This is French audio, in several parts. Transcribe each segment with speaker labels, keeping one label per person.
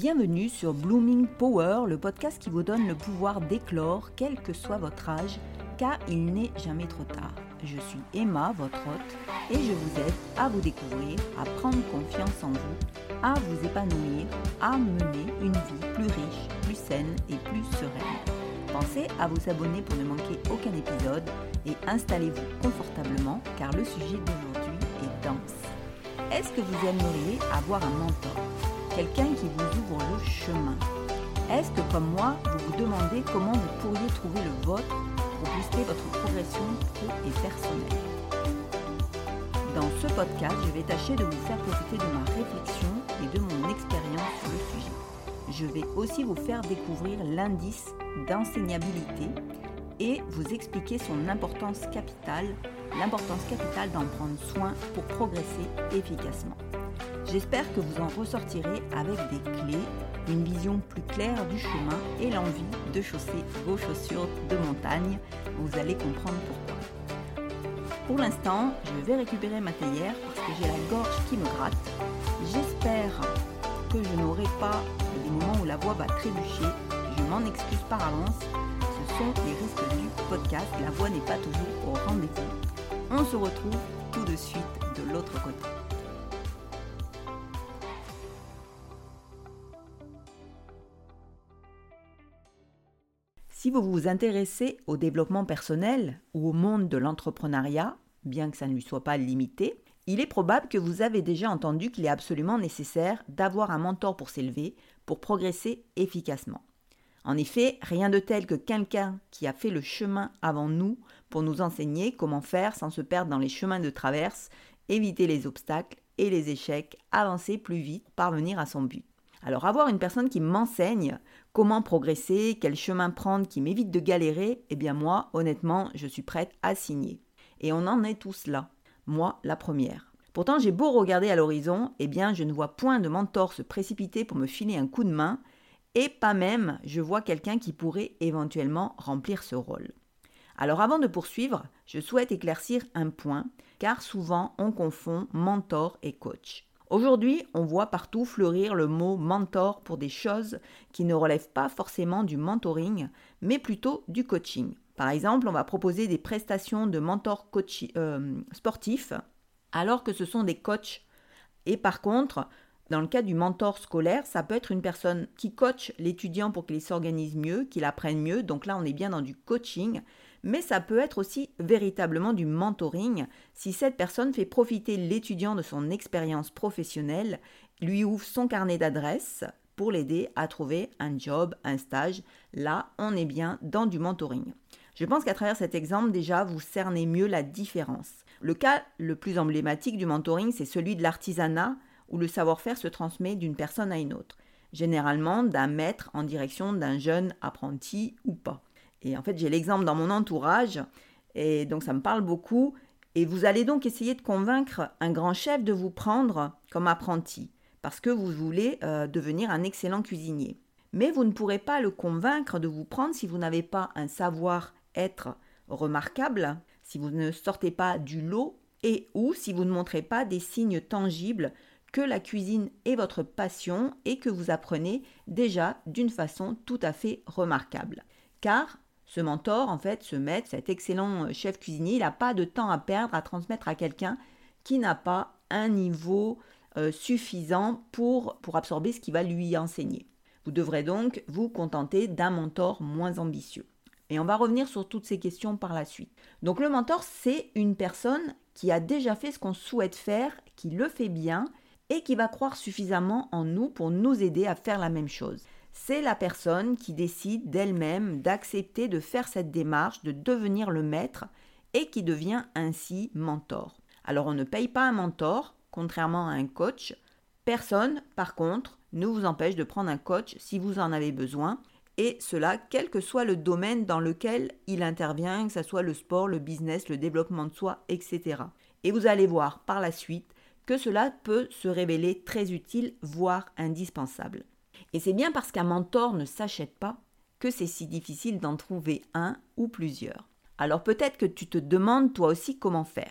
Speaker 1: Bienvenue sur Blooming Power, le podcast qui vous donne le pouvoir d'éclore, quel que soit votre âge, car il n'est jamais trop tard. Je suis Emma, votre hôte, et je vous aide à vous découvrir, à prendre confiance en vous, à vous épanouir, à mener une vie plus riche, plus saine et plus sereine. Pensez à vous abonner pour ne manquer aucun épisode et installez-vous confortablement car le sujet d'aujourd'hui est dense. Est-ce que vous aimeriez avoir un mentor? Quelqu'un qui vous ouvre le chemin? Est-ce que comme moi, vous vous demandez comment vous pourriez trouver le vôtre pour booster votre progression pro et personnelle? Dans ce podcast, je vais tâcher de vous faire profiter de ma réflexion et de mon expérience sur le sujet. Je vais aussi vous faire découvrir l'indice d'enseignabilité et vous expliquer son importance capitale d'en prendre soin pour progresser efficacement. J'espère que vous en ressortirez avec des clés, une vision plus claire du chemin et l'envie de chausser vos chaussures de montagne. Vous allez comprendre pourquoi. Pour l'instant, je vais récupérer ma théière parce que j'ai la gorge qui me gratte. J'espère que je n'aurai pas des moments où la voix va trébucher. Je m'en excuse par avance. Ce sont les risques du podcast. La voix n'est pas toujours au rendez-vous. On se retrouve tout de suite de l'autre côté. Si vous vous intéressez au développement personnel ou au monde de l'entrepreneuriat, bien que ça ne lui soit pas limité, il est probable que vous avez déjà entendu qu'il est absolument nécessaire d'avoir un mentor pour s'élever, pour progresser efficacement. En effet, rien de tel que quelqu'un qui a fait le chemin avant nous pour nous enseigner comment faire sans se perdre dans les chemins de traverse, éviter les obstacles et les échecs, avancer plus vite, parvenir à son but. Alors avoir une personne qui m'enseigne comment progresser, quel chemin prendre, qui m'évite de galérer, eh bien moi, honnêtement, je suis prête à signer. Et on en est tous là. Moi, la première. Pourtant, j'ai beau regarder à l'horizon, eh bien je ne vois point de mentor se précipiter pour me filer un coup de main, et pas même je vois quelqu'un qui pourrait éventuellement remplir ce rôle. Alors avant de poursuivre, je souhaite éclaircir un point, car souvent on confond mentor et coach. Aujourd'hui, on voit partout fleurir le mot mentor pour des choses qui ne relèvent pas forcément du mentoring, mais plutôt du coaching. Par exemple, on va proposer des prestations de mentor sportifs, alors que ce sont des coachs. Et par contre, dans le cas du mentor scolaire, ça peut être une personne qui coach l'étudiant pour qu'il s'organise mieux, qu'il apprenne mieux. Donc là, on est bien dans du coaching. Mais ça peut être aussi véritablement du mentoring si cette personne fait profiter l'étudiant de son expérience professionnelle, lui ouvre son carnet d'adresses pour l'aider à trouver un job, un stage. Là, on est bien dans du mentoring. Je pense qu'à travers cet exemple, déjà, vous cernez mieux la différence. Le cas le plus emblématique du mentoring, c'est celui de l'artisanat, où le savoir-faire se transmet d'une personne à une autre, généralement d'un maître en direction d'un jeune apprenti ou pas. Et en fait, j'ai l'exemple dans mon entourage, et donc ça me parle beaucoup. Et vous allez donc essayer de convaincre un grand chef de vous prendre comme apprenti, parce que vous voulez devenir un excellent cuisinier. Mais vous ne pourrez pas le convaincre de vous prendre si vous n'avez pas un savoir-être remarquable, si vous ne sortez pas du lot et ou si vous ne montrez pas des signes tangibles que la cuisine est votre passion et que vous apprenez déjà d'une façon tout à fait remarquable. Car ce mentor, en fait, ce maître, cet excellent chef cuisinier, il n'a pas de temps à perdre à transmettre à quelqu'un qui n'a pas un niveau suffisant pour absorber ce qu'il va lui enseigner. Vous devrez donc vous contenter d'un mentor moins ambitieux. Et on va revenir sur toutes ces questions par la suite. Donc le mentor, c'est une personne qui a déjà fait ce qu'on souhaite faire, qui le fait bien et qui va croire suffisamment en nous pour nous aider à faire la même chose. C'est la personne qui décide d'elle-même d'accepter de faire cette démarche, de devenir le maître et qui devient ainsi mentor. Alors on ne paye pas un mentor, contrairement à un coach. Personne, par contre, ne vous empêche de prendre un coach si vous en avez besoin, et cela quel que soit le domaine dans lequel il intervient, que ce soit le sport, le business, le développement de soi, etc. Et vous allez voir par la suite que cela peut se révéler très utile, voire indispensable. Et c'est bien parce qu'un mentor ne s'achète pas que c'est si difficile d'en trouver un ou plusieurs. Alors peut-être que tu te demandes toi aussi comment faire.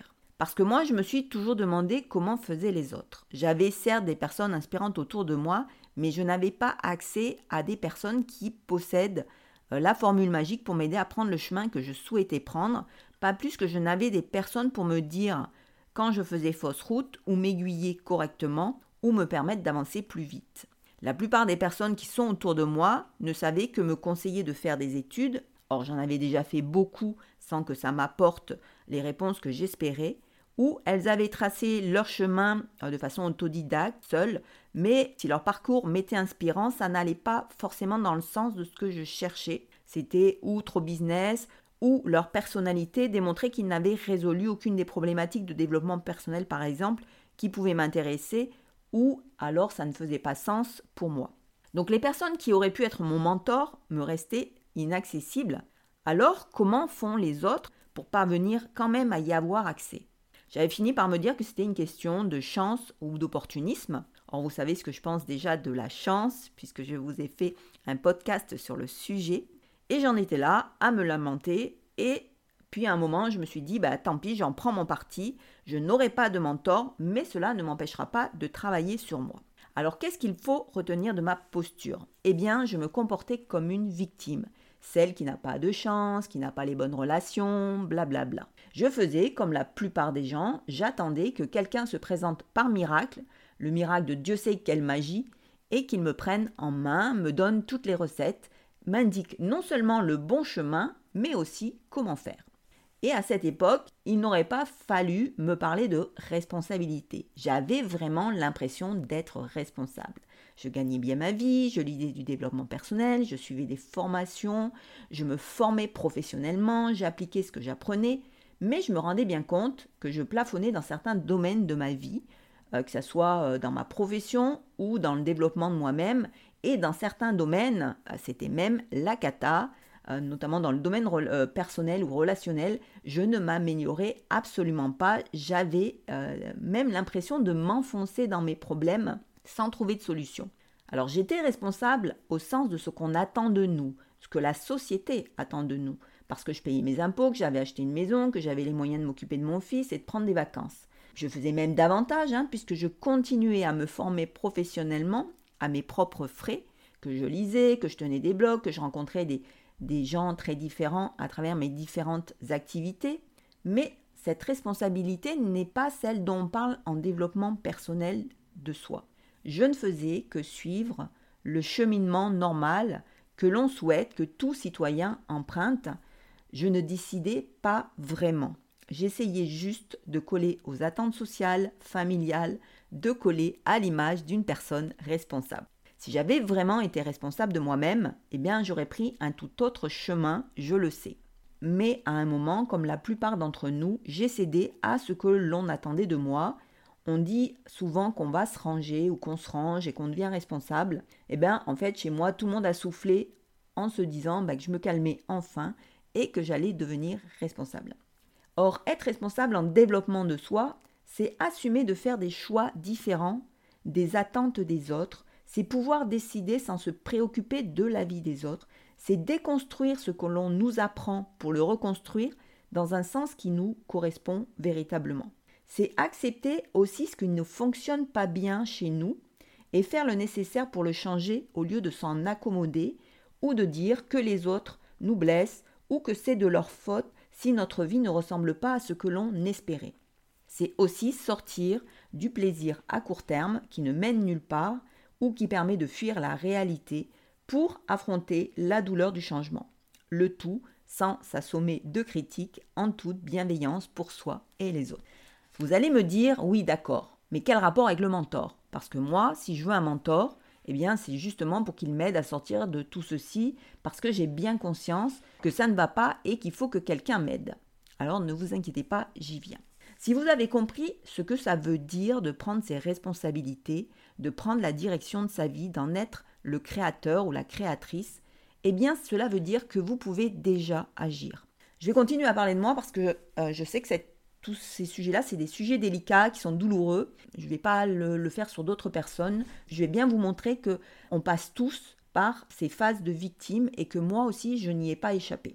Speaker 1: Parce que moi, je me suis toujours demandé comment faisaient les autres. J'avais certes des personnes inspirantes autour de moi, mais je n'avais pas accès à des personnes qui possèdent la formule magique pour m'aider à prendre le chemin que je souhaitais prendre, pas plus que je n'avais des personnes pour me dire quand je faisais fausse route ou m'aiguiller correctement ou me permettre d'avancer plus vite. La plupart des personnes qui sont autour de moi ne savaient que me conseiller de faire des études. Or, j'en avais déjà fait beaucoup sans que ça m'apporte les réponses que j'espérais, ou elles avaient tracé leur chemin de façon autodidacte, seules, mais si leur parcours m'était inspirant, ça n'allait pas forcément dans le sens de ce que je cherchais. C'était ou trop business, ou leur personnalité démontrait qu'ils n'avaient résolu aucune des problématiques de développement personnel, par exemple, qui pouvaient m'intéresser, ou alors ça ne faisait pas sens pour moi. Donc les personnes qui auraient pu être mon mentor me restaient inaccessibles. Alors comment font les autres pour parvenir quand même à y avoir accès ? J'avais fini par me dire que c'était une question de chance ou d'opportunisme. Or, vous savez ce que je pense déjà de la chance, puisque je vous ai fait un podcast sur le sujet. Et j'en étais là à me lamenter. Et puis à un moment, je me suis dit, tant pis, j'en prends mon parti. Je n'aurai pas de mentor, mais cela ne m'empêchera pas de travailler sur moi. Alors, qu'est-ce qu'il faut retenir de ma posture ? Eh bien, je me comportais comme une victime. Celle qui n'a pas de chance, qui n'a pas les bonnes relations, blablabla. Je faisais comme la plupart des gens, j'attendais que quelqu'un se présente par miracle, le miracle de Dieu sait quelle magie, et qu'il me prenne en main, me donne toutes les recettes, m'indique non seulement le bon chemin, mais aussi comment faire. Et à cette époque, il n'aurait pas fallu me parler de responsabilité. J'avais vraiment l'impression d'être responsable. Je gagnais bien ma vie, je lisais du développement personnel, je suivais des formations, je me formais professionnellement, j'appliquais ce que j'apprenais, mais je me rendais bien compte que je plafonnais dans certains domaines de ma vie, que ce soit dans ma profession ou dans le développement de moi-même, et dans certains domaines, c'était même la cata, notamment dans le domaine personnel ou relationnel, je ne m'améliorais absolument pas. J'avais même l'impression de m'enfoncer dans mes problèmes sans trouver de solution. Alors j'étais responsable au sens de ce qu'on attend de nous, ce que la société attend de nous, parce que je payais mes impôts, que j'avais acheté une maison, que j'avais les moyens de m'occuper de mon fils et de prendre des vacances. Je faisais même davantage, puisque je continuais à me former professionnellement à mes propres frais, que je lisais, que je tenais des blogs, que je rencontrais des gens très différents à travers mes différentes activités. Mais cette responsabilité n'est pas celle dont on parle en développement personnel de soi. Je ne faisais que suivre le cheminement normal que l'on souhaite que tout citoyen emprunte. Je ne décidais pas vraiment. J'essayais juste de coller aux attentes sociales, familiales, de coller à l'image d'une personne responsable. Si j'avais vraiment été responsable de moi-même, eh bien j'aurais pris un tout autre chemin, je le sais. Mais à un moment, comme la plupart d'entre nous, j'ai cédé à ce que l'on attendait de moi. On dit souvent qu'on va se ranger ou qu'on se range et qu'on devient responsable. Eh bien, en fait, chez moi, tout le monde a soufflé en se disant que je me calmais enfin et que j'allais devenir responsable. Or, être responsable en développement de soi, c'est assumer de faire des choix différents des attentes des autres, c'est pouvoir décider sans se préoccuper de la vie des autres, c'est déconstruire ce que l'on nous apprend pour le reconstruire dans un sens qui nous correspond véritablement. C'est accepter aussi ce qui ne fonctionne pas bien chez nous et faire le nécessaire pour le changer au lieu de s'en accommoder ou de dire que les autres nous blessent ou que c'est de leur faute si notre vie ne ressemble pas à ce que l'on espérait. C'est aussi sortir du plaisir à court terme qui ne mène nulle part ou qui permet de fuir la réalité pour affronter la douleur du changement. Le tout sans s'assommer de critiques en toute bienveillance pour soi et les autres. Vous allez me dire, oui d'accord, mais quel rapport avec le mentor ? Parce que moi, si je veux un mentor, eh bien c'est justement pour qu'il m'aide à sortir de tout ceci, parce que j'ai bien conscience que ça ne va pas et qu'il faut que quelqu'un m'aide. Alors ne vous inquiétez pas, j'y viens. Si vous avez compris ce que ça veut dire de prendre ses responsabilités, de prendre la direction de sa vie, d'en être le créateur ou la créatrice, eh bien cela veut dire que vous pouvez déjà agir. Je vais continuer à parler de moi parce que je sais que tous ces sujets-là, c'est des sujets délicats qui sont douloureux. Je ne vais pas le faire sur d'autres personnes. Je vais bien vous montrer qu'on passe tous par ces phases de victime et que moi aussi, je n'y ai pas échappé.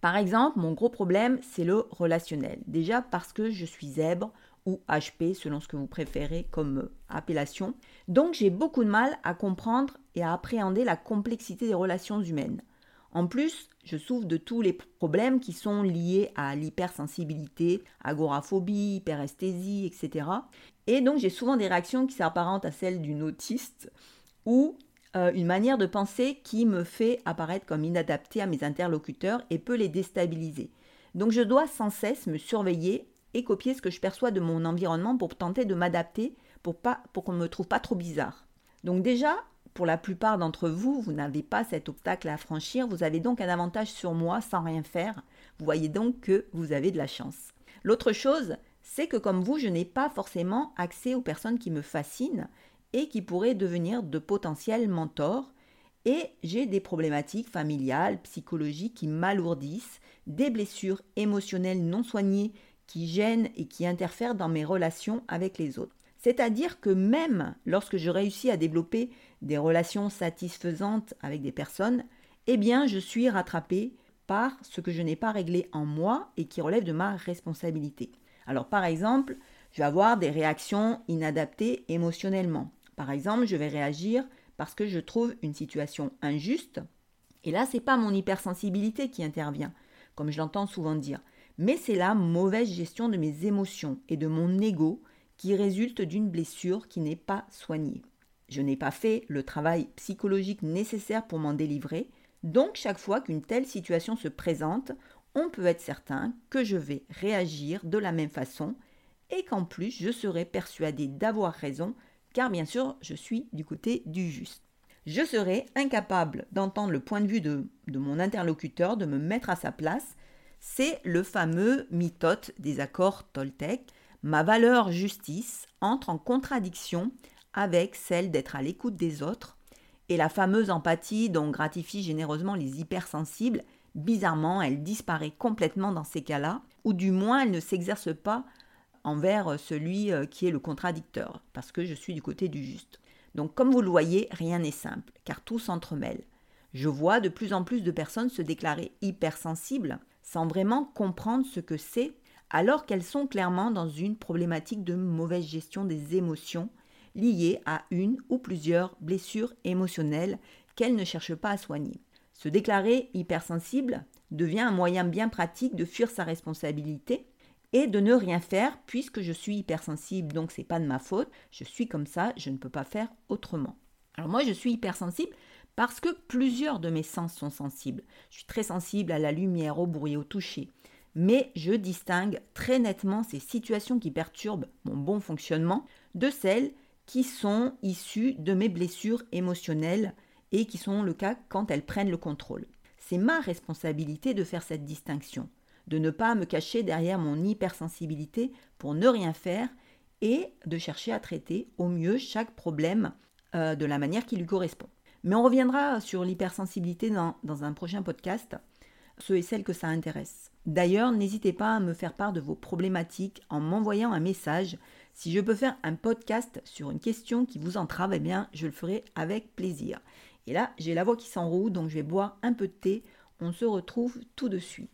Speaker 1: Par exemple, mon gros problème, c'est le relationnel. Déjà parce que je suis zèbre ou HP, selon ce que vous préférez comme appellation. Donc j'ai beaucoup de mal à comprendre et à appréhender la complexité des relations humaines. En plus, je souffre de tous les problèmes qui sont liés à l'hypersensibilité, agoraphobie, hyperesthésie, etc. Et donc j'ai souvent des réactions qui s'apparentent à celles d'une autiste ou une manière de penser qui me fait apparaître comme inadaptée à mes interlocuteurs et peut les déstabiliser. Donc je dois sans cesse me surveiller et copier ce que je perçois de mon environnement pour tenter de m'adapter pour qu'on ne me trouve pas trop bizarre. Donc déjà, pour la plupart d'entre vous, vous n'avez pas cet obstacle à franchir, vous avez donc un avantage sur moi sans rien faire. Vous voyez donc que vous avez de la chance. L'autre chose, c'est que comme vous, je n'ai pas forcément accès aux personnes qui me fascinent et qui pourraient devenir de potentiels mentors. Et j'ai des problématiques familiales, psychologiques qui m'alourdissent, des blessures émotionnelles non soignées qui gênent et qui interfèrent dans mes relations avec les autres. C'est-à-dire que même lorsque je réussis à développer des relations satisfaisantes avec des personnes, eh bien je suis rattrapée par ce que je n'ai pas réglé en moi et qui relève de ma responsabilité. Alors par exemple, je vais avoir des réactions inadaptées émotionnellement. Par exemple, je vais réagir parce que je trouve une situation injuste. Et là, ce n'est pas mon hypersensibilité qui intervient, comme je l'entends souvent dire, mais c'est la mauvaise gestion de mes émotions et de mon ego qui résulte d'une blessure qui n'est pas soignée. Je n'ai pas fait le travail psychologique nécessaire pour m'en délivrer, donc chaque fois qu'une telle situation se présente, on peut être certain que je vais réagir de la même façon et qu'en plus je serai persuadée d'avoir raison, car bien sûr je suis du côté du juste. Je serai incapable d'entendre le point de vue de mon interlocuteur, de me mettre à sa place. C'est le fameux mythote des accords Toltec. Ma valeur justice entre en contradiction avec celle d'être à l'écoute des autres et la fameuse empathie dont gratifie généreusement les hypersensibles, bizarrement, elle disparaît complètement dans ces cas-là, ou du moins elle ne s'exerce pas envers celui qui est le contradicteur, parce que je suis du côté du juste. Donc comme vous le voyez, rien n'est simple, car tout s'entremêle. Je vois de plus en plus de personnes se déclarer hypersensibles sans vraiment comprendre ce que c'est, alors qu'elles sont clairement dans une problématique de mauvaise gestion des émotions liées à une ou plusieurs blessures émotionnelles qu'elles ne cherchent pas à soigner. Se déclarer hypersensible devient un moyen bien pratique de fuir sa responsabilité et de ne rien faire puisque je suis hypersensible, donc c'est pas de ma faute, je suis comme ça, je ne peux pas faire autrement. Alors moi je suis hypersensible parce que plusieurs de mes sens sont sensibles. Je suis très sensible à la lumière, au bruit, au toucher. Mais je distingue très nettement ces situations qui perturbent mon bon fonctionnement de celles qui sont issues de mes blessures émotionnelles et qui sont le cas quand elles prennent le contrôle. C'est ma responsabilité de faire cette distinction, de ne pas me cacher derrière mon hypersensibilité pour ne rien faire et de chercher à traiter au mieux chaque problème de la manière qui lui correspond. Mais on reviendra sur l'hypersensibilité dans un prochain podcast, ceux et celles que ça intéresse. D'ailleurs, n'hésitez pas à me faire part de vos problématiques en m'envoyant un message. Si je peux faire un podcast sur une question qui vous entrave, eh bien, je le ferai avec plaisir. Et là, j'ai la voix qui s'enroule, donc je vais boire un peu de thé. On se retrouve tout de suite.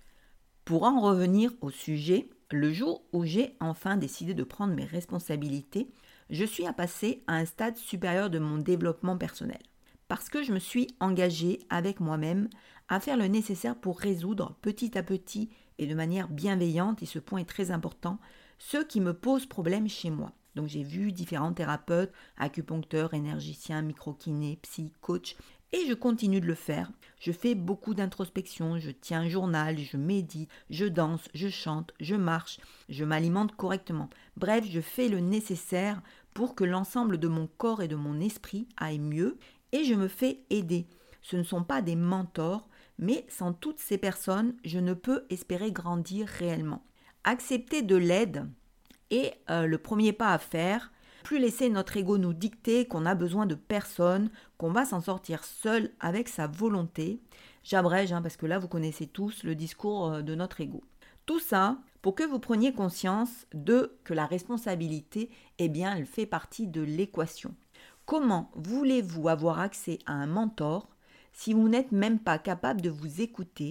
Speaker 1: Pour en revenir au sujet, le jour où j'ai enfin décidé de prendre mes responsabilités, je suis à passer à un stade supérieur de mon développement personnel. Parce que je me suis engagée avec moi-même à faire le nécessaire pour résoudre petit à petit et de manière bienveillante, et ce point est très important, ce qui me pose problème chez moi. Donc j'ai vu différents thérapeutes, acupuncteurs, énergiciens, micro-kinés, psy, coach, et je continue de le faire. Je fais beaucoup d'introspection, je tiens un journal, je médite, je danse, je chante, je marche, je m'alimente correctement. Bref, je fais le nécessaire pour que l'ensemble de mon corps et de mon esprit aille mieux et je me fais aider. Ce ne sont pas des mentors, mais sans toutes ces personnes, je ne peux espérer grandir réellement. Accepter de l'aide est le premier pas à faire. Plus laisser notre ego nous dicter qu'on a besoin de personne, qu'on va s'en sortir seul avec sa volonté. J'abrège parce que là vous connaissez tous le discours de notre ego. Tout ça pour que vous preniez conscience que la responsabilité, eh bien, elle fait partie de l'équation. Comment voulez-vous avoir accès à un mentor si vous n'êtes même pas capable de vous écouter,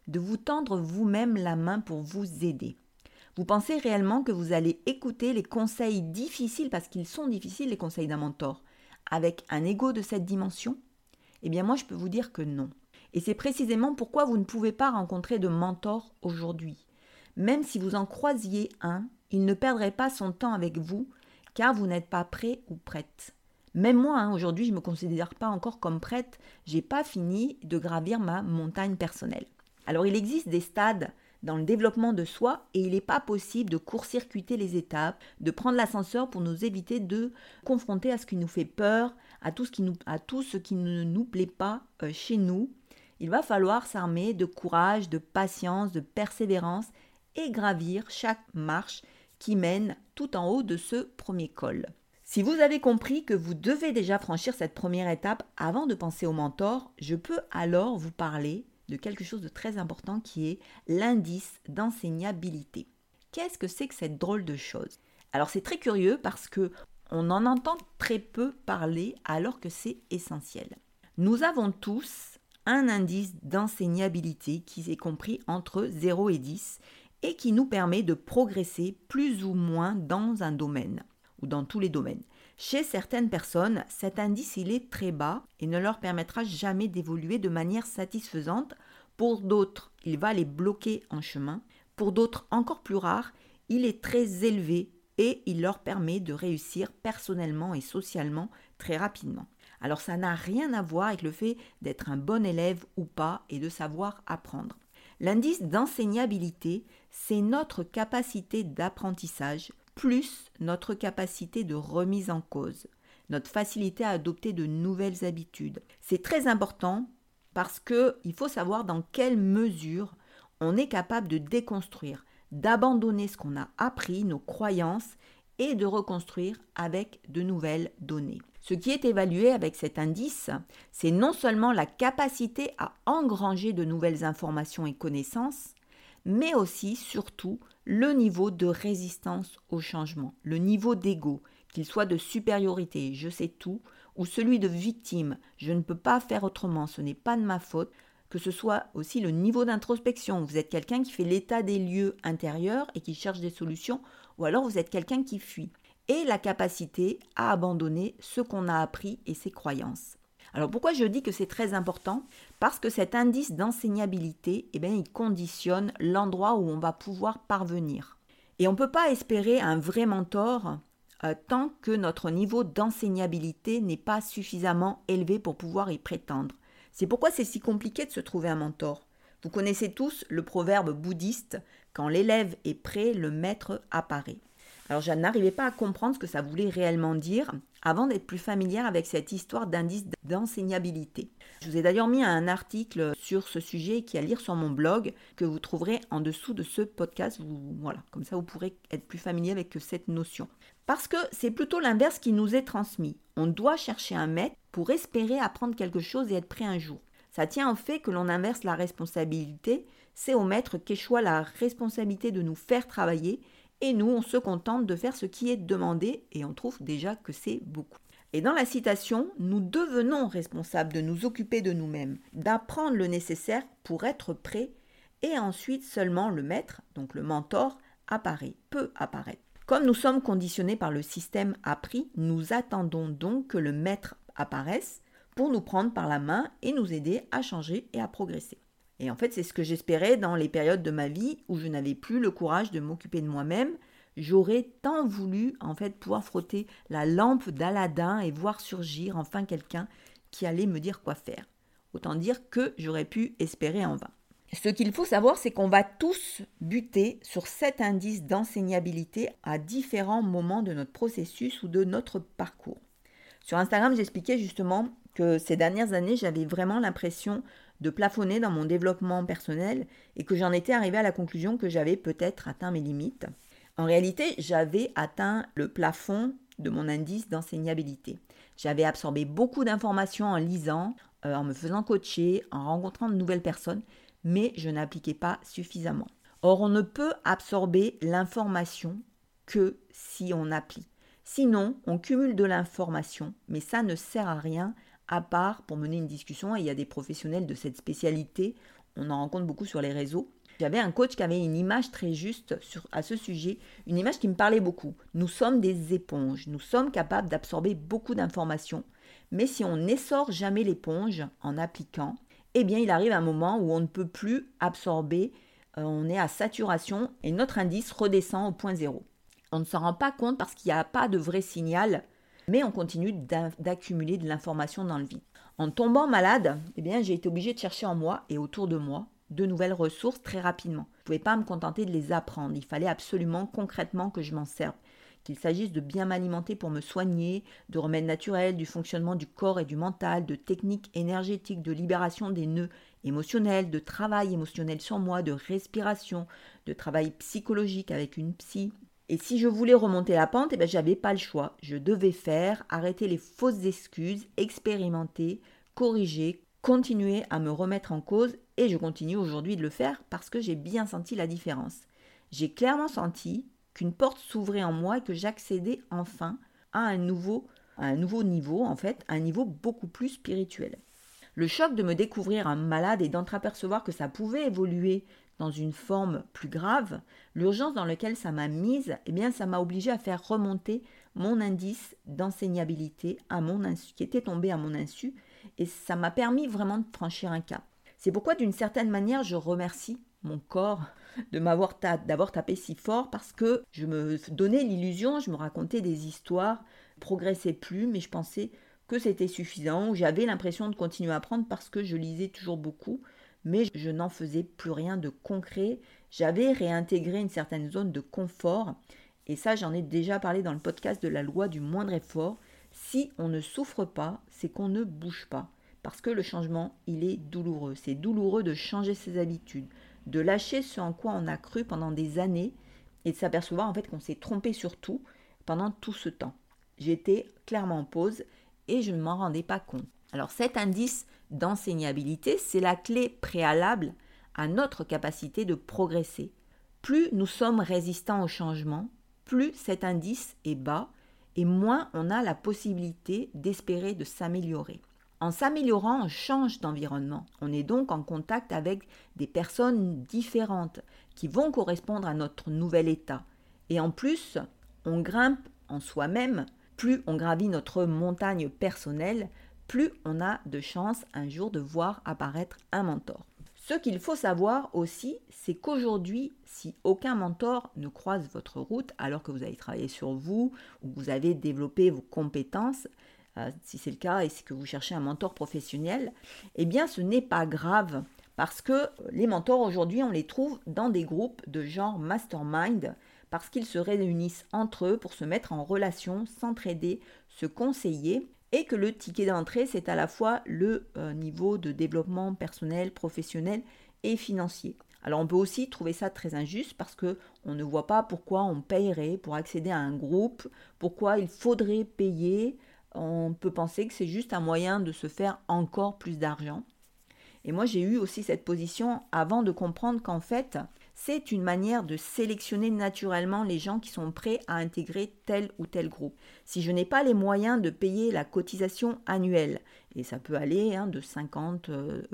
Speaker 1: de vous tendre vous-même la main pour vous aider. Vous pensez réellement que vous allez écouter les conseils difficiles, parce qu'ils sont difficiles les conseils d'un mentor, avec un ego de cette dimension ? Eh bien moi je peux vous dire que non. Et c'est précisément pourquoi vous ne pouvez pas rencontrer de mentor aujourd'hui. Même si vous en croisiez un, il ne perdrait pas son temps avec vous, car vous n'êtes pas prêt ou prête. Même moi, aujourd'hui, je ne me considère pas encore comme prête, j'ai pas fini de gravir ma montagne personnelle. Alors il existe des stades dans le développement de soi et il n'est pas possible de court-circuiter les étapes, de prendre l'ascenseur pour nous éviter de confronter à ce qui nous fait peur, à tout ce qui ne nous plaît pas chez nous. Il va falloir s'armer de courage, de patience, de persévérance et gravir chaque marche qui mène tout en haut de ce premier col. Si vous avez compris que vous devez déjà franchir cette première étape avant de penser au mentor, je peux alors vous parler de quelque chose de très important qui est l'indice d'enseignabilité. Qu'est-ce que c'est que cette drôle de chose ? Alors c'est très curieux parce que on en entend très peu parler alors que c'est essentiel. Nous avons tous un indice d'enseignabilité qui est compris entre 0 et 10 et qui nous permet de progresser plus ou moins dans un domaine ou dans tous les domaines. Chez certaines personnes, cet indice il est très bas et ne leur permettra jamais d'évoluer de manière satisfaisante. Pour d'autres, il va les bloquer en chemin. Pour d'autres, encore plus rares, il est très élevé et il leur permet de réussir personnellement et socialement très rapidement. Alors ça n'a rien à voir avec le fait d'être un bon élève ou pas et de savoir apprendre. L'indice d'enseignabilité, c'est notre capacité d'apprentissage plus notre capacité de remise en cause, notre facilité à adopter de nouvelles habitudes. C'est très important parce qu'il faut savoir dans quelle mesure on est capable de déconstruire, d'abandonner ce qu'on a appris, nos croyances, et de reconstruire avec de nouvelles données. Ce qui est évalué avec cet indice, c'est non seulement la capacité à engranger de nouvelles informations et connaissances, mais aussi, surtout, le niveau de résistance au changement, le niveau d'ego, qu'il soit de supériorité, je sais tout, ou celui de victime, je ne peux pas faire autrement, ce n'est pas de ma faute, que ce soit aussi le niveau d'introspection, vous êtes quelqu'un qui fait l'état des lieux intérieurs et qui cherche des solutions, ou alors vous êtes quelqu'un qui fuit, et la capacité à abandonner ce qu'on a appris et ses croyances. Alors pourquoi je dis que c'est très important ? Parce que cet indice d'enseignabilité, il conditionne l'endroit où on va pouvoir parvenir. Et on ne peut pas espérer un vrai mentor tant que notre niveau d'enseignabilité n'est pas suffisamment élevé pour pouvoir y prétendre. C'est pourquoi c'est si compliqué de se trouver un mentor. Vous connaissez tous le proverbe bouddhiste « Quand l'élève est prêt, le maître apparaît ». Alors je n'arrivais pas à comprendre ce que ça voulait réellement dire avant d'être plus familière avec cette histoire d'indice d'enseignabilité. Je vous ai d'ailleurs mis un article sur ce sujet qui est à lire sur mon blog que vous trouverez en dessous de ce podcast. Voilà, comme ça vous pourrez être plus familier avec cette notion. Parce que c'est plutôt l'inverse qui nous est transmis. On doit chercher un maître pour espérer apprendre quelque chose et être prêt un jour. Ça tient au fait que l'on inverse la responsabilité. C'est au maître qu'échoit la responsabilité de nous faire travailler. Et nous, on se contente de faire ce qui est demandé et on trouve déjà que c'est beaucoup. Et dans la citation, nous devenons responsables de nous occuper de nous-mêmes, d'apprendre le nécessaire pour être prêt et ensuite seulement le maître, donc le mentor, peut apparaître. Comme nous sommes conditionnés par le système appris, nous attendons donc que le maître apparaisse pour nous prendre par la main et nous aider à changer et à progresser. Et en fait, c'est ce que j'espérais dans les périodes de ma vie où je n'avais plus le courage de m'occuper de moi-même. J'aurais tant voulu pouvoir frotter la lampe d'Aladin et voir surgir enfin quelqu'un qui allait me dire quoi faire. Autant dire que j'aurais pu espérer en vain. Ce qu'il faut savoir, c'est qu'on va tous buter sur cet indice d'enseignabilité à différents moments de notre processus ou de notre parcours. Sur Instagram, j'expliquais justement que ces dernières années, j'avais vraiment l'impression de plafonner dans mon développement personnel et que j'en étais arrivée à la conclusion que j'avais peut-être atteint mes limites. En réalité, j'avais atteint le plafond de mon indice d'enseignabilité. J'avais absorbé beaucoup d'informations en lisant, en me faisant coacher, en rencontrant de nouvelles personnes, mais je n'appliquais pas suffisamment. Or, on ne peut absorber l'information que si on applique. Sinon, on cumule de l'information, mais ça ne sert à rien à part pour mener une discussion, et il y a des professionnels de cette spécialité, on en rencontre beaucoup sur les réseaux. J'avais un coach qui avait une image très juste à ce sujet, une image qui me parlait beaucoup. Nous sommes des éponges, nous sommes capables d'absorber beaucoup d'informations, mais si on n'essore jamais l'éponge en appliquant, eh bien il arrive un moment où on ne peut plus absorber, on est à saturation et notre indice redescend au point zéro. On ne s'en rend pas compte parce qu'il n'y a pas de vrai signal, mais on continue d'accumuler de l'information dans le vide. En tombant malade, eh bien j'ai été obligée de chercher en moi et autour de moi de nouvelles ressources très rapidement. Je ne pouvais pas me contenter de les apprendre. Il fallait absolument concrètement que je m'en serve. Qu'il s'agisse de bien m'alimenter pour me soigner, de remèdes naturels, du fonctionnement du corps et du mental, de techniques énergétiques, de libération des nœuds émotionnels, de travail émotionnel sur moi, de respiration, de travail psychologique avec une psy. Et si je voulais remonter la pente, je n'avais pas le choix. Je devais arrêter les fausses excuses, expérimenter, corriger, continuer à me remettre en cause et je continue aujourd'hui de le faire parce que j'ai bien senti la différence. J'ai clairement senti qu'une porte s'ouvrait en moi et que j'accédais enfin à un nouveau niveau, un niveau beaucoup plus spirituel. Le choc de me découvrir un malade et d'entreapercevoir que ça pouvait évoluer dans une forme plus grave, l'urgence dans laquelle ça m'a mise, ça m'a obligée à faire remonter mon indice d'enseignabilité à mon insu, qui était tombé à mon insu, et ça m'a permis vraiment de franchir un cap. C'est pourquoi d'une certaine manière, je remercie mon corps de m'avoir d'avoir tapé si fort parce que je me donnais l'illusion, je me racontais des histoires, je progressais plus, mais je pensais que c'était suffisant, j'avais l'impression de continuer à apprendre parce que je lisais toujours beaucoup, mais je n'en faisais plus rien de concret. J'avais réintégré une certaine zone de confort, et ça j'en ai déjà parlé dans le podcast de la loi du moindre effort. Si on ne souffre pas, c'est qu'on ne bouge pas. Parce que le changement, il est douloureux. C'est douloureux de changer ses habitudes, de lâcher ce en quoi on a cru pendant des années et de s'apercevoir en fait qu'on s'est trompé sur tout pendant tout ce temps. J'étais clairement en pause et je ne m'en rendais pas compte. Alors cet indice d'enseignabilité, c'est la clé préalable à notre capacité de progresser. Plus nous sommes résistants au changement, plus cet indice est bas et moins on a la possibilité d'espérer de s'améliorer. En s'améliorant, on change d'environnement. On est donc en contact avec des personnes différentes qui vont correspondre à notre nouvel état. Et en plus, on grimpe en soi-même. Plus on gravit notre montagne personnelle, plus on a de chances un jour de voir apparaître un mentor. Ce qu'il faut savoir aussi, c'est qu'aujourd'hui, si aucun mentor ne croise votre route alors que vous avez travaillé sur vous ou que vous avez développé vos compétences, si c'est le cas et c'est que vous cherchez un mentor professionnel, eh bien ce n'est pas grave parce que les mentors aujourd'hui, on les trouve dans des groupes de genre mastermind parce qu'ils se réunissent entre eux pour se mettre en relation, s'entraider, se conseiller et que le ticket d'entrée, c'est à la fois le niveau de développement personnel, professionnel et financier. Alors on peut aussi trouver ça très injuste parce qu'on ne voit pas pourquoi on payerait pour accéder à un groupe, pourquoi il faudrait payer. On peut penser que c'est juste un moyen de se faire encore plus d'argent. Et moi, j'ai eu aussi cette position avant de comprendre qu'en fait, c'est une manière de sélectionner naturellement les gens qui sont prêts à intégrer tel ou tel groupe. Si je n'ai pas les moyens de payer la cotisation annuelle, et ça peut aller de 50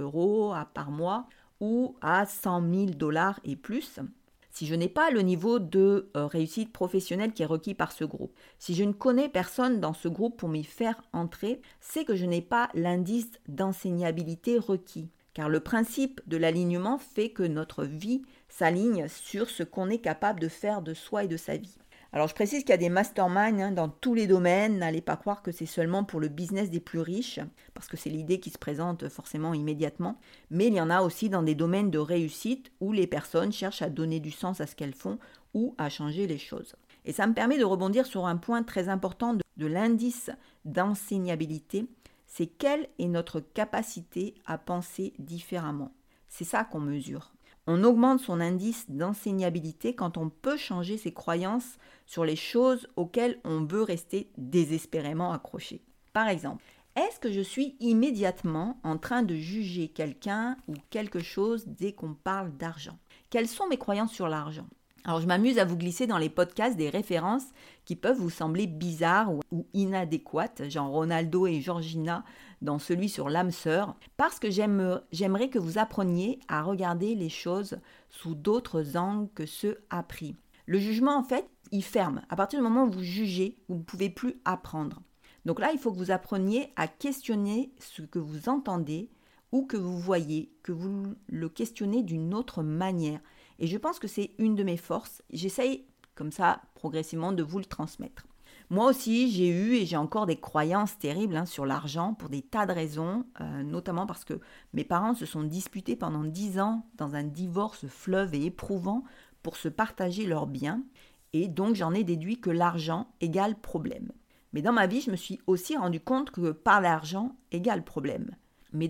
Speaker 1: € par mois ou à 100 000 $ et plus, si je n'ai pas le niveau de réussite professionnelle qui est requis par ce groupe, si je ne connais personne dans ce groupe pour m'y faire entrer, c'est que je n'ai pas l'indice d'enseignabilité requis. Car le principe de l'alignement fait que notre vie s'aligne sur ce qu'on est capable de faire de soi et de sa vie. Alors je précise qu'il y a des masterminds dans tous les domaines, n'allez pas croire que c'est seulement pour le business des plus riches, parce que c'est l'idée qui se présente forcément immédiatement, mais il y en a aussi dans des domaines de réussite où les personnes cherchent à donner du sens à ce qu'elles font ou à changer les choses. Et ça me permet de rebondir sur un point très important de l'indice d'enseignabilité, c'est quelle est notre capacité à penser différemment. C'est ça qu'on mesure. On augmente son indice d'enseignabilité quand on peut changer ses croyances sur les choses auxquelles on veut rester désespérément accroché. Par exemple, est-ce que je suis immédiatement en train de juger quelqu'un ou quelque chose dès qu'on parle d'argent ? Quelles sont mes croyances sur l'argent ? Alors je m'amuse à vous glisser dans les podcasts des références qui peuvent vous sembler bizarres ou inadéquates, genre Ronaldo et Georgina dans celui sur l'âme sœur, parce que j'aimerais que vous appreniez à regarder les choses sous d'autres angles que ceux appris. Le jugement, en fait, il ferme. À partir du moment où vous jugez, vous ne pouvez plus apprendre. Donc là, il faut que vous appreniez à questionner ce que vous entendez ou que vous voyez, que vous le questionnez d'une autre manière. Et je pense que c'est une de mes forces. J'essaye comme ça, progressivement, de vous le transmettre. Moi aussi, j'ai eu et j'ai encore des croyances terribles sur l'argent pour des tas de raisons, notamment parce que mes parents se sont disputés pendant 10 ans dans un divorce fleuve et éprouvant pour se partager leurs biens. Et donc, j'en ai déduit que l'argent égale problème. Mais dans ma vie, je me suis aussi rendu compte que pas l'argent égale problème. Et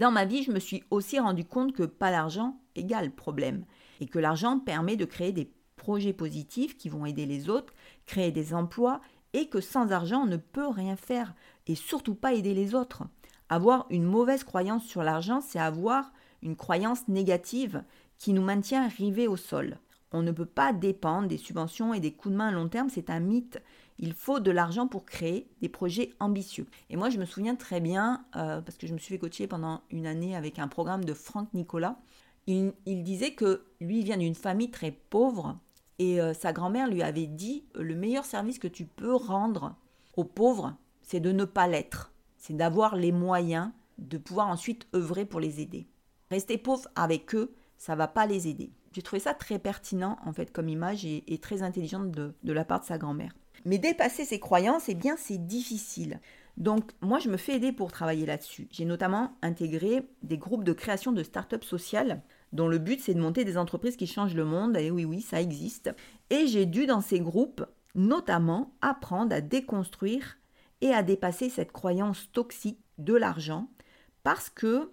Speaker 1: que l'argent permet de créer des projets positifs qui vont aider les autres, créer des emplois, et que sans argent, on ne peut rien faire, et surtout pas aider les autres. Avoir une mauvaise croyance sur l'argent, c'est avoir une croyance négative qui nous maintient rivés au sol. On ne peut pas dépendre des subventions et des coups de main à long terme, c'est un mythe. Il faut de l'argent pour créer des projets ambitieux. Et moi, je me souviens très bien, parce que je me suis fait coacher pendant une année avec un programme de Franck Nicolas. Il disait que lui, il vient d'une famille très pauvre et sa grand-mère lui avait dit « Le meilleur service que tu peux rendre aux pauvres, c'est de ne pas l'être. C'est d'avoir les moyens de pouvoir ensuite œuvrer pour les aider. Rester pauvre avec eux, ça ne va pas les aider. » J'ai trouvé ça très pertinent en fait comme image et très intelligente de la part de sa grand-mère. Mais dépasser ses croyances, eh bien c'est difficile. Donc moi je me fais aider pour travailler là-dessus. J'ai notamment intégré des groupes de création de start-up sociales dont le but c'est de monter des entreprises qui changent le monde. Et oui, ça existe. Et j'ai dû dans ces groupes notamment apprendre à déconstruire et à dépasser cette croyance toxique de l'argent parce que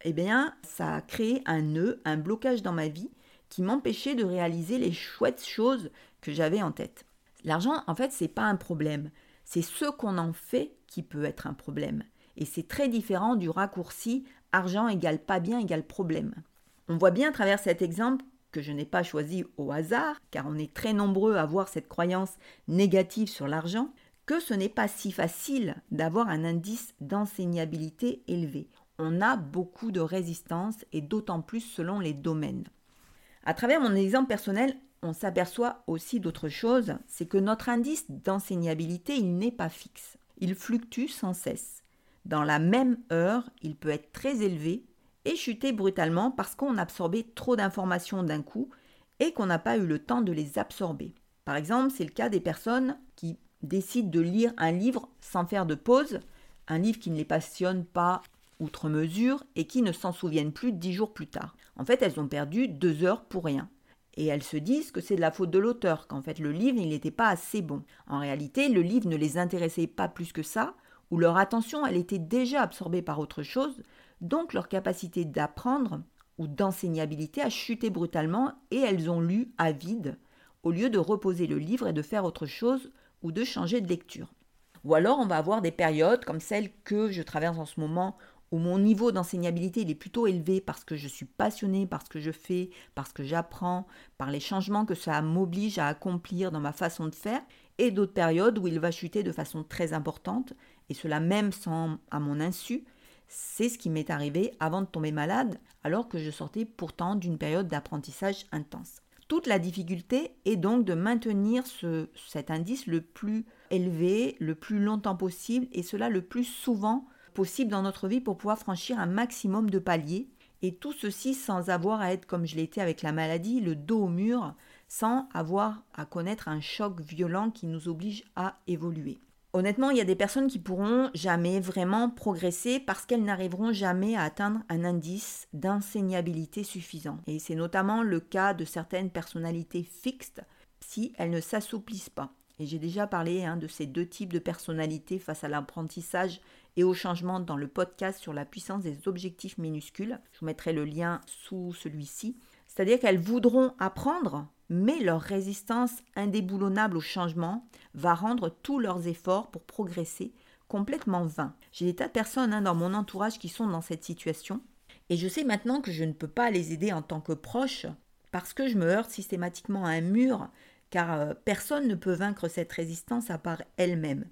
Speaker 1: ça a créé un nœud, un blocage dans ma vie qui m'empêchait de réaliser les chouettes choses que j'avais en tête. L'argent, en fait, c'est pas un problème. C'est ce qu'on en fait qui peut être un problème. Et c'est très différent du raccourci argent égale pas bien égale problème. On voit bien à travers cet exemple que je n'ai pas choisi au hasard, car on est très nombreux à avoir cette croyance négative sur l'argent, que ce n'est pas si facile d'avoir un indice d'enseignabilité élevé. On a beaucoup de résistance et d'autant plus selon les domaines. À travers mon exemple personnel, on s'aperçoit aussi d'autre chose, c'est que notre indice d'enseignabilité, il n'est pas fixe. Il fluctue sans cesse. Dans la même heure, il peut être très élevé et chuter brutalement parce qu'on a absorbé trop d'informations d'un coup et qu'on n'a pas eu le temps de les absorber. Par exemple, c'est le cas des personnes qui décident de lire un livre sans faire de pause, un livre qui ne les passionne pas outre mesure et qui ne s'en souviennent plus 10 jours plus tard. En fait, elles ont perdu 2 heures pour rien. Et elles se disent que c'est de la faute de l'auteur, qu'en fait le livre il n'était pas assez bon. En réalité, le livre ne les intéressait pas plus que ça, ou leur attention elle était déjà absorbée par autre chose, donc leur capacité d'apprendre ou d'enseignabilité a chuté brutalement et elles ont lu à vide, au lieu de reposer le livre et de faire autre chose ou de changer de lecture. Ou alors on va avoir des périodes comme celle que je traverse en ce moment, où mon niveau d'enseignabilité il est plutôt élevé parce que je suis passionnée par ce que je fais, parce que j'apprends, par les changements que ça m'oblige à accomplir dans ma façon de faire, et d'autres périodes où il va chuter de façon très importante, et cela même sans à mon insu. C'est ce qui m'est arrivé avant de tomber malade, alors que je sortais pourtant d'une période d'apprentissage intense. Toute la difficulté est donc de maintenir cet indice le plus élevé, le plus longtemps possible, et cela le plus souvent possible dans notre vie pour pouvoir franchir un maximum de paliers, et tout ceci sans avoir à être, comme je l'ai été avec la maladie, le dos au mur, sans avoir à connaître un choc violent qui nous oblige à évoluer. Honnêtement, il y a des personnes qui pourront jamais vraiment progresser parce qu'elles n'arriveront jamais à atteindre un indice d'enseignabilité suffisant. Et c'est notamment le cas de certaines personnalités fixes si elles ne s'assouplissent pas. Et j'ai déjà parlé de ces deux types de personnalités face à l'apprentissage et au changement dans le podcast sur la puissance des objectifs minuscules. Je vous mettrai le lien sous celui-ci. C'est-à-dire qu'elles voudront apprendre, mais leur résistance indéboulonnable au changement va rendre tous leurs efforts pour progresser complètement vains. J'ai des tas de personnes dans mon entourage qui sont dans cette situation et je sais maintenant que je ne peux pas les aider en tant que proche parce que je me heurte systématiquement à un mur car personne ne peut vaincre cette résistance à part elle-même.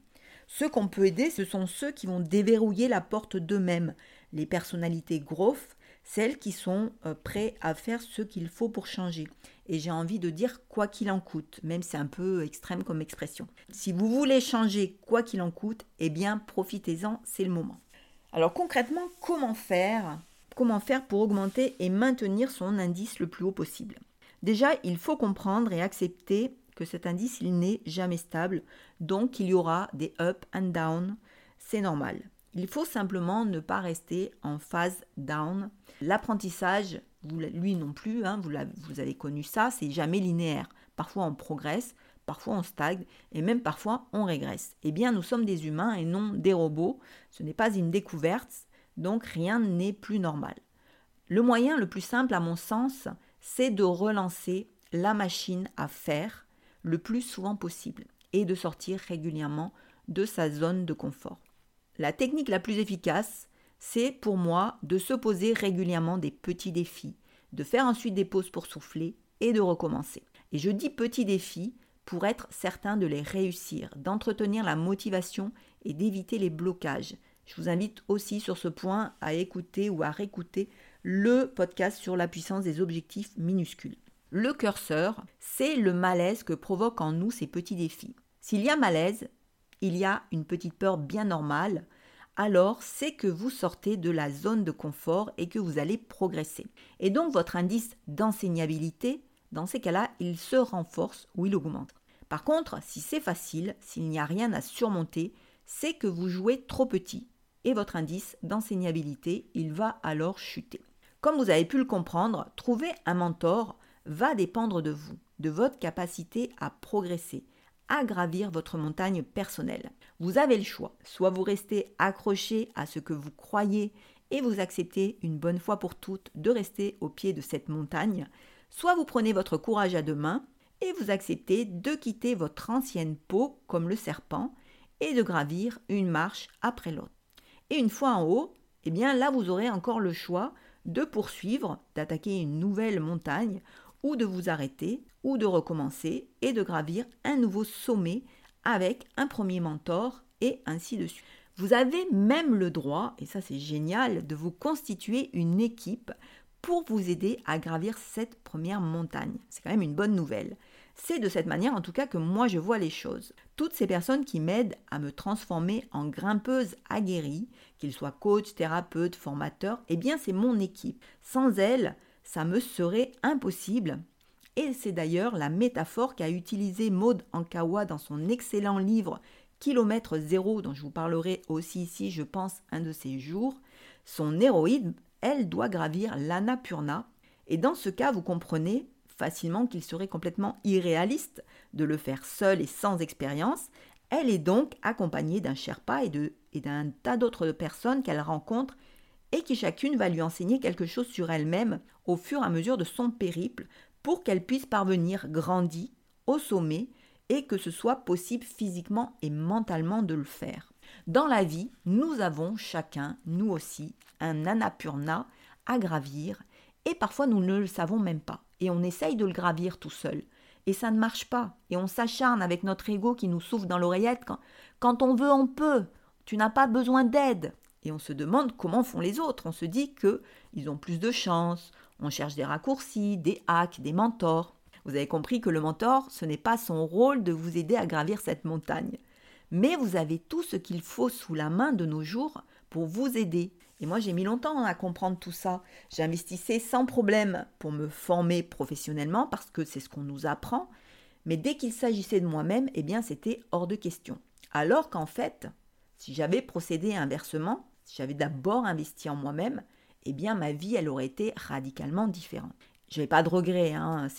Speaker 1: Ceux qu'on peut aider, ce sont ceux qui vont déverrouiller la porte d'eux-mêmes. Les personnalités growth, celles qui sont prêtes à faire ce qu'il faut pour changer. Et j'ai envie de dire quoi qu'il en coûte, même si c'est un peu extrême comme expression. Si vous voulez changer quoi qu'il en coûte, eh bien profitez-en, c'est le moment. Alors concrètement, comment faire pour augmenter et maintenir son indice le plus haut possible? Déjà, il faut comprendre et accepter que cet indice, il n'est jamais stable, donc il y aura des up and down, c'est normal. Il faut simplement ne pas rester en phase down. L'apprentissage, lui non plus, vous avez connu ça, c'est jamais linéaire. Parfois on progresse, parfois on stagne et même parfois on régresse. Eh bien, nous sommes des humains et non des robots. Ce n'est pas une découverte, donc rien n'est plus normal. Le moyen le plus simple, à mon sens, c'est de relancer la machine à faire le plus souvent possible et de sortir régulièrement de sa zone de confort. La technique la plus efficace, c'est pour moi de se poser régulièrement des petits défis, de faire ensuite des pauses pour souffler et de recommencer. Et je dis petits défis pour être certain de les réussir, d'entretenir la motivation et d'éviter les blocages. Je vous invite aussi sur ce point à écouter ou à réécouter le podcast sur la puissance des objectifs minuscules. Le curseur, c'est le malaise que provoquent en nous ces petits défis. S'il y a malaise, il y a une petite peur bien normale, alors c'est que vous sortez de la zone de confort et que vous allez progresser. Et donc votre indice d'enseignabilité, dans ces cas-là, il se renforce ou il augmente. Par contre, si c'est facile, s'il n'y a rien à surmonter, c'est que vous jouez trop petit et votre indice d'enseignabilité, il va alors chuter. Comme vous avez pu le comprendre, trouver un mentor va dépendre de vous, de votre capacité à progresser, à gravir votre montagne personnelle. Vous avez le choix, soit vous restez accroché à ce que vous croyez et vous acceptez une bonne fois pour toutes de rester au pied de cette montagne, soit vous prenez votre courage à deux mains et vous acceptez de quitter votre ancienne peau comme le serpent et de gravir une marche après l'autre. Et une fois en haut, eh bien là vous aurez encore le choix de poursuivre, d'attaquer une nouvelle montagne ou de vous arrêter ou de recommencer et de gravir un nouveau sommet avec un premier mentor et ainsi de suite. Vous avez même le droit, et ça c'est génial, de vous constituer une équipe pour vous aider à gravir cette première montagne. C'est quand même une bonne nouvelle. C'est de cette manière en tout cas que moi je vois les choses. Toutes ces personnes qui m'aident à me transformer en grimpeuse aguerrie, qu'ils soient coach, thérapeute, formateur, eh bien c'est mon équipe. Sans elles, ça me serait impossible. Et c'est d'ailleurs la métaphore qu'a utilisée Maud Ankawa dans son excellent livre Kilomètre Zéro, dont je vous parlerai aussi ici, je pense, un de ces jours. Son héroïne, elle doit gravir l'Annapurna. Et dans ce cas, vous comprenez facilement qu'il serait complètement irréaliste de le faire seule et sans expérience. Elle est donc accompagnée d'un Sherpa et d'un tas d'autres personnes qu'elle rencontre et qui chacune va lui enseigner quelque chose sur elle-même au fur et à mesure de son périple pour qu'elle puisse parvenir grandie au sommet et que ce soit possible physiquement et mentalement de le faire. Dans la vie, nous avons chacun, nous aussi, un Annapurna à gravir et parfois nous ne le savons même pas et on essaye de le gravir tout seul. Et ça ne marche pas et on s'acharne avec notre ego qui nous souffle dans l'oreillette quand on veut, on peut. Tu n'as pas besoin d'aide. Et on se demande comment font les autres. On se dit qu'ils ont plus de chance. On cherche des raccourcis, des hacks, des mentors. Vous avez compris que le mentor, ce n'est pas son rôle de vous aider à gravir cette montagne. Mais vous avez tout ce qu'il faut sous la main de nos jours pour vous aider. Et moi, j'ai mis longtemps à comprendre tout ça. J'investissais sans problème pour me former professionnellement parce que c'est ce qu'on nous apprend. Mais dès qu'il s'agissait de moi-même, eh bien, c'était hors de question. Alors qu'en fait, si j'avais procédé inversement, si j'avais d'abord investi en moi-même, eh bien ma vie, elle aurait été radicalement différente. Je n'avais pas de regrets,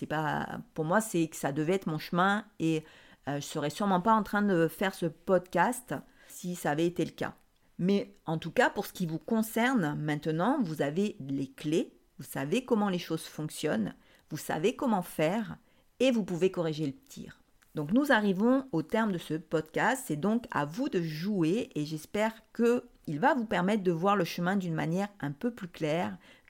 Speaker 1: pour moi, c'est que ça devait être mon chemin et je ne serais sûrement pas en train de faire ce podcast si ça avait été le cas. Mais en tout cas, pour ce qui vous concerne, maintenant, vous avez les clés, vous savez comment les choses fonctionnent, vous savez comment faire et vous pouvez corriger le tir. Donc nous arrivons au terme de ce podcast, c'est donc à vous de jouer et j'espère qu'il va vous permettre de voir le chemin d'une manière un peu plus claire,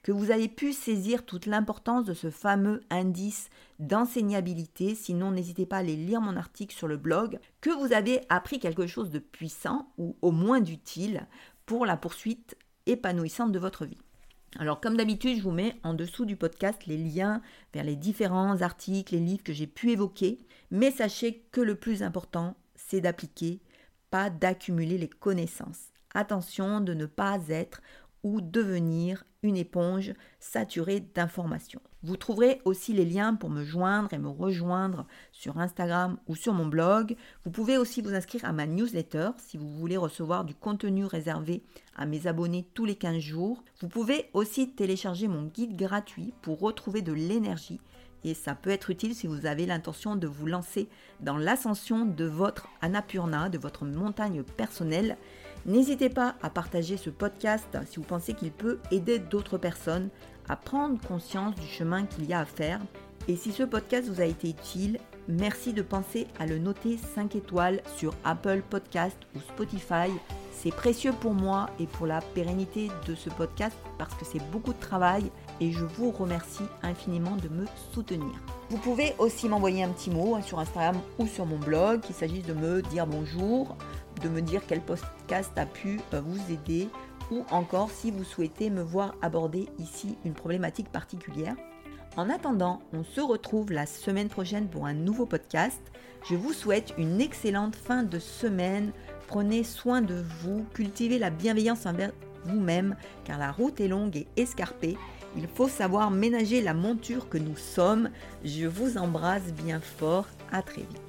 Speaker 1: que vous avez pu saisir toute l'importance de ce fameux indice d'enseignabilité. Sinon, n'hésitez pas à aller lire mon article sur le blog, que vous avez appris quelque chose de puissant ou au moins d'utile pour la poursuite épanouissante de votre vie. Alors comme d'habitude, je vous mets en dessous du podcast les liens vers les différents articles, les livres que j'ai pu évoquer. Mais sachez que le plus important, c'est d'appliquer, pas d'accumuler les connaissances. Attention de ne pas être ou devenir une éponge saturée d'informations. Vous trouverez aussi les liens pour me joindre et me rejoindre sur Instagram ou sur mon blog. Vous pouvez aussi vous inscrire à ma newsletter si vous voulez recevoir du contenu réservé à mes abonnés tous les 15 jours. Vous pouvez aussi télécharger mon guide gratuit pour retrouver de l'énergie. Et ça peut être utile si vous avez l'intention de vous lancer dans l'ascension de votre Annapurna, de votre montagne personnelle. N'hésitez pas à partager ce podcast si vous pensez qu'il peut aider d'autres personnes à prendre conscience du chemin qu'il y a à faire. Et si ce podcast vous a été utile, merci de penser à le noter 5 étoiles sur Apple Podcast ou Spotify. C'est précieux pour moi et pour la pérennité de ce podcast parce que c'est beaucoup de travail et je vous remercie infiniment de me soutenir. Vous pouvez aussi m'envoyer un petit mot sur Instagram ou sur mon blog, qu'il s'agisse de me dire bonjour, de me dire quel podcast a pu vous aider ou encore si vous souhaitez me voir aborder ici une problématique particulière. En attendant, on se retrouve la semaine prochaine pour un nouveau podcast. Je vous souhaite une excellente fin de semaine. Prenez soin de vous, cultivez la bienveillance envers vous-même car la route est longue et escarpée. Il faut savoir ménager la monture que nous sommes. Je vous embrasse bien fort. À très vite.